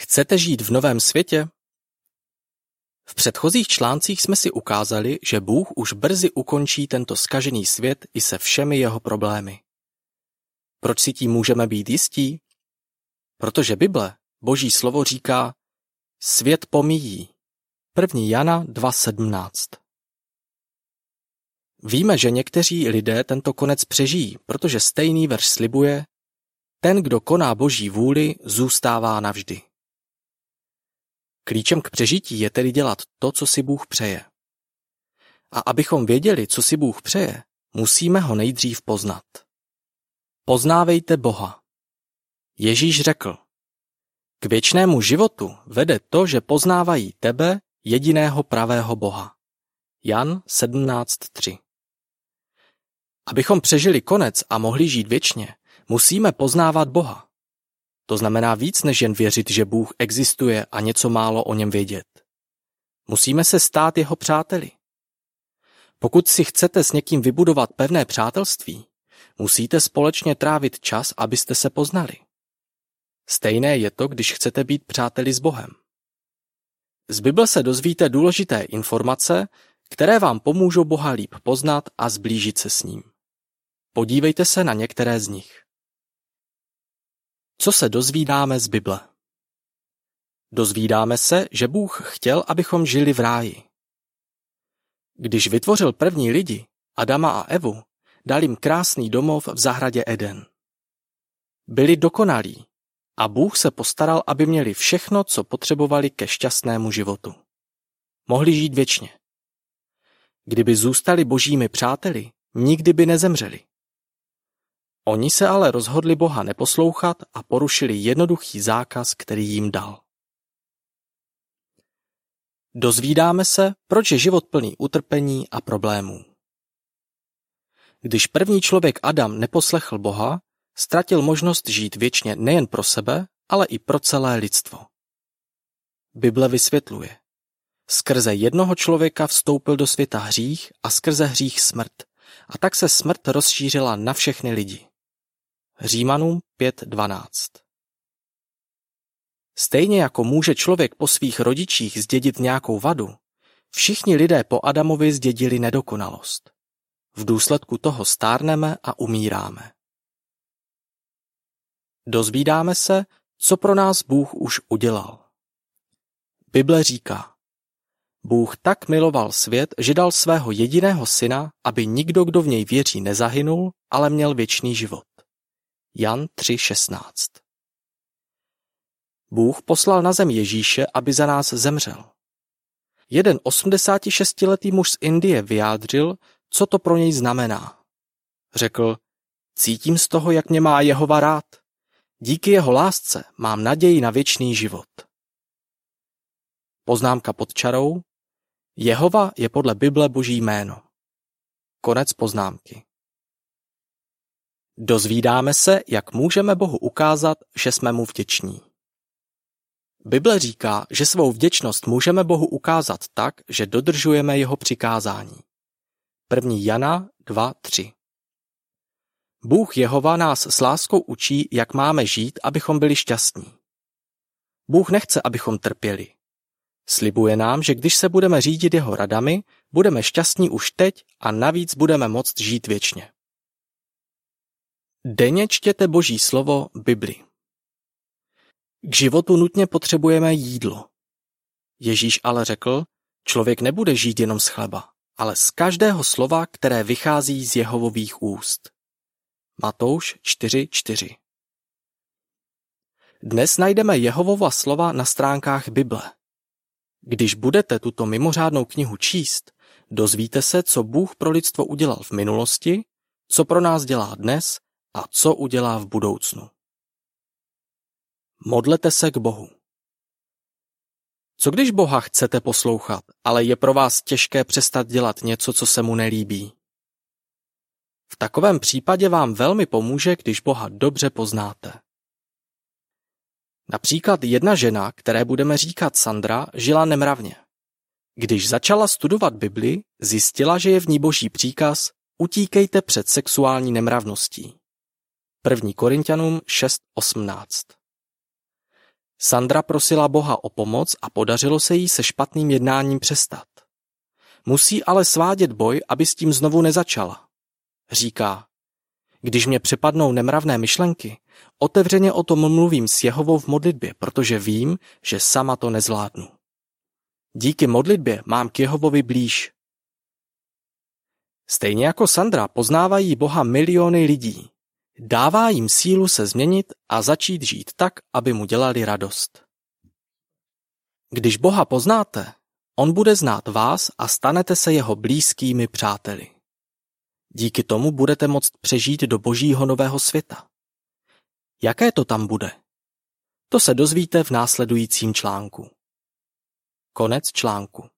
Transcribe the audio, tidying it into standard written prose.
Chcete žít v novém světě? V předchozích článcích jsme si ukázali, že Bůh už brzy ukončí tento zkažený svět i se všemi jeho problémy. Proč si tím můžeme být jistí? Protože Bible, Boží slovo říká, svět pomíjí. 1. Jana 2.17. Víme, že někteří lidé tento konec přežijí, protože stejný verš slibuje, ten, kdo koná Boží vůli, zůstává navždy. Klíčem k přežití je tedy dělat to, co si Bůh přeje. A abychom věděli, co si Bůh přeje, musíme ho nejdřív poznat. Poznávejte Boha. Ježíš řekl, k věčnému životu vede to, že poznávají tebe, jediného pravého Boha. Jan 17.3. Abychom přežili konec a mohli žít věčně, musíme poznávat Boha. To znamená víc než jen věřit, že Bůh existuje a něco málo o něm vědět. Musíme se stát jeho přáteli. Pokud si chcete s někým vybudovat pevné přátelství, musíte společně trávit čas, abyste se poznali. Stejné je to, když chcete být přáteli s Bohem. Z Bible se dozvíte důležité informace, které vám pomůžou Boha líp poznat a zblížit se s ním. Podívejte se na některé z nich. Co se dozvídáme z Bible? Dozvídáme se, že Bůh chtěl, abychom žili v ráji. Když vytvořil první lidi, Adama a Evu, dal jim krásný domov v zahradě Eden. Byli dokonalí a Bůh se postaral, aby měli všechno, co potřebovali ke šťastnému životu. Mohli žít věčně. Kdyby zůstali Božími přáteli, nikdy by nezemřeli. Oni se ale rozhodli Boha neposlouchat a porušili jednoduchý zákaz, který jim dal. Dozvídáme se, proč je život plný utrpení a problémů. Když první člověk Adam neposlechl Boha, ztratil možnost žít věčně nejen pro sebe, ale i pro celé lidstvo. Bible vysvětluje. Skrze jednoho člověka vstoupil do světa hřích a skrze hřích smrt, a tak se smrt rozšířila na všechny lidi. Římanům 5.12. Stejně jako může člověk po svých rodičích zdědit nějakou vadu, všichni lidé po Adamovi zdědili nedokonalost. V důsledku toho stárneme a umíráme. Dozvídáme se, co pro nás Bůh už udělal. Bible říká, Bůh tak miloval svět, že dal svého jediného syna, aby nikdo, kdo v něj věří, nezahynul, ale měl věčný život. Jan 3.16. Bůh poslal na zem Ježíše, aby za nás zemřel. Jeden 86letý muž z Indie vyjádřil, co to pro něj znamená. Řekl, cítím z toho, jak mě má Jehova rád. Díky jeho lásce mám naději na věčný život. Poznámka pod čarou. Jehova je podle Bible Boží jméno. Konec poznámky. Dozvídáme se, jak můžeme Bohu ukázat, že jsme mu vděční. Bible říká, že svou vděčnost můžeme Bohu ukázat tak, že dodržujeme jeho přikázání. 1. Jana 2.3. Bůh Jehova nás s láskou učí, jak máme žít, abychom byli šťastní. Bůh nechce, abychom trpěli. Slibuje nám, že když se budeme řídit jeho radami, budeme šťastní už teď a navíc budeme moct žít věčně. Denně čtěte Boží slovo, Bibli. K životu nutně potřebujeme jídlo. Ježíš ale řekl, člověk nebude žít jenom z chleba, ale z každého slova, které vychází z Jehovových úst. Matouš 4.4. Dnes najdeme Jehovova slova na stránkách Bible. Když budete tuto mimořádnou knihu číst, dozvíte se, co Bůh pro lidstvo udělal v minulosti, co pro nás dělá dnes a co udělá v budoucnu. Modlete se k Bohu. Co když Boha chcete poslouchat, ale je pro vás těžké přestat dělat něco, co se mu nelíbí? V takovém případě vám velmi pomůže, když Boha dobře poznáte. Například jedna žena, které budeme říkat Sandra, žila nemravně. Když začala studovat Bibli, zjistila, že je v ní Boží příkaz utíkejte před sexuální nemravností. 1. Korinťanům 6.18. Sandra prosila Boha o pomoc a podařilo se jí se špatným jednáním přestat. Musí ale svádět boj, aby s tím znovu nezačala. Říká, když mě přepadnou nemravné myšlenky, otevřeně o tom mluvím s Jehovou v modlitbě, protože vím, že sama to nezvládnu. Díky modlitbě mám k Jehovovi blíž. Stejně jako Sandra poznávají Boha miliony lidí. Dává jim sílu se změnit a začít žít tak, aby mu dělali radost. Když Boha poznáte, on bude znát vás a stanete se jeho blízkými přáteli. Díky tomu budete moct přežít do Božího nového světa. Jaké to tam bude? To se dozvíte v následujícím článku. Konec článku.